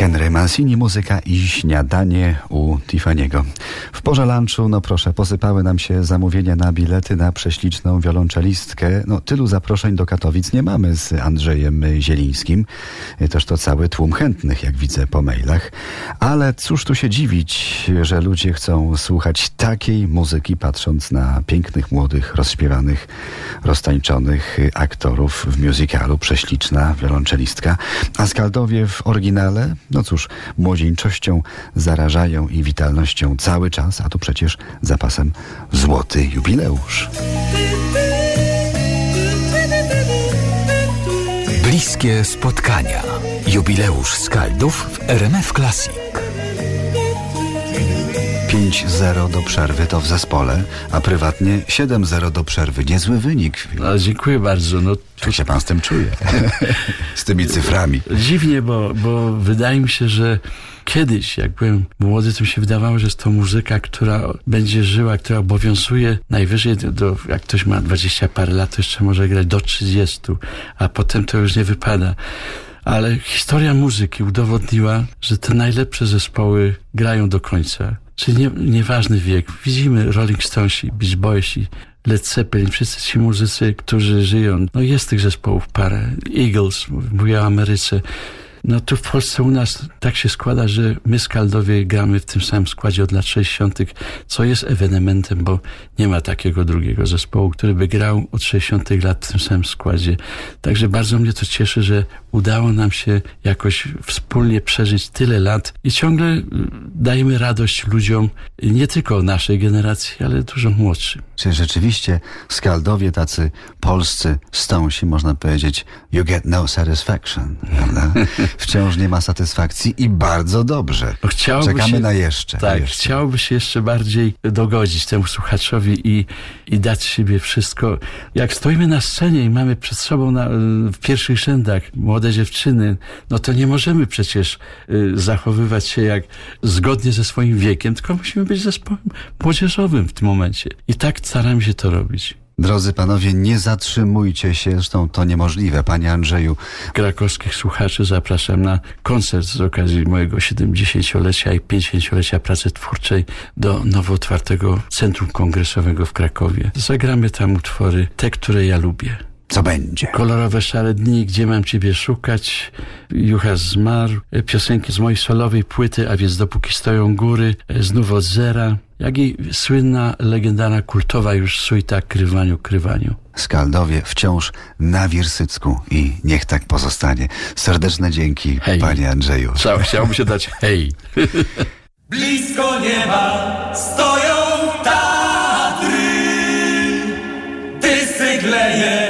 Henry Mancini, muzyka i śniadanie u Tiffany'ego. W porze lunchu, no proszę, posypały nam się zamówienia na bilety na prześliczną wiolonczelistkę. No tylu zaproszeń do Katowic nie mamy z Andrzejem Zielińskim. Też to cały tłum chętnych, jak widzę po mailach. Ale cóż tu się dziwić, że ludzie chcą słuchać takiej muzyki, patrząc na pięknych, młodych, rozśpiewanych, roztańczonych aktorów w musicalu Prześliczna wiolonczelistka. A Skaldowie w oryginale, no cóż, młodzieńczością zarażają i witalnością cały czas, a tu przecież zapasem złoty jubileusz. Bliskie spotkania. Jubileusz Skaldów w RMF Classic. 5-0 do przerwy to w zespole, a prywatnie 7-0 do przerwy. Niezły wynik. No, dziękuję bardzo. No, Jak się pan z tym czuje? Z tymi cyframi. Dziwnie, bo wydaje mi się, że kiedyś, jak byłem młody, to mi się wydawało, że jest to muzyka, która będzie żyła, która obowiązuje najwyżej, jak ktoś ma 20 parę lat, to jeszcze może grać do 30, a potem to już nie wypada. Ale historia muzyki udowodniła, że te najlepsze zespoły grają do końca. Czyli nieważny wiek. Widzimy Rolling Stonesi, Beach Boysi, Led Zeppelin, wszyscy ci muzycy, którzy żyją. No jest tych zespołów parę. Eagles, mówię o Ameryce. No tu w Polsce u nas tak się składa, że my Skaldowie gramy w tym samym składzie od lat 60., co jest ewenementem, bo nie ma takiego drugiego zespołu, który by grał od 60. lat w tym samym składzie. Także bardzo mnie to cieszy, że udało nam się jakoś wspólnie przeżyć tyle lat i ciągle dajemy radość ludziom, nie tylko naszej generacji, ale dużo młodszym. Czy rzeczywiście Skaldowie tacy polscy Stonesi, można powiedzieć, you get no satisfaction, prawda? Wciąż nie ma satysfakcji i bardzo dobrze. No, czekamy na jeszcze. Tak, chciałoby się jeszcze bardziej dogodzić temu słuchaczowi i dać siebie wszystko. Jak stoimy na scenie i mamy przed sobą w pierwszych rzędach młode dziewczyny, no to nie możemy przecież zachowywać się jak zgodnie ze swoim wiekiem, tylko musimy być zespołem młodzieżowym w tym momencie. I tak staramy się to robić. Drodzy panowie, nie zatrzymujcie się, zresztą to niemożliwe. Panie Andrzeju. Krakowskich słuchaczy zapraszam na koncert z okazji mojego 70-lecia i 50-lecia pracy twórczej do nowo otwartego Centrum Kongresowego w Krakowie. Zagramy tam utwory, te, które ja lubię. Co będzie? Kolorowe szare dni, gdzie mam ciebie szukać, Juchas zmarł, piosenki z mojej solowej płyty, a więc dopóki stoją góry, znów od zera, jak i słynna, legendarna, kultowa już suita Krywaniu. Skaldowie wciąż na Wirsycku i niech tak pozostanie. Serdeczne dzięki, hej. Panie Andrzeju. Chciałbym się dać hej. Blisko nieba stoją Tatry, dysy gleje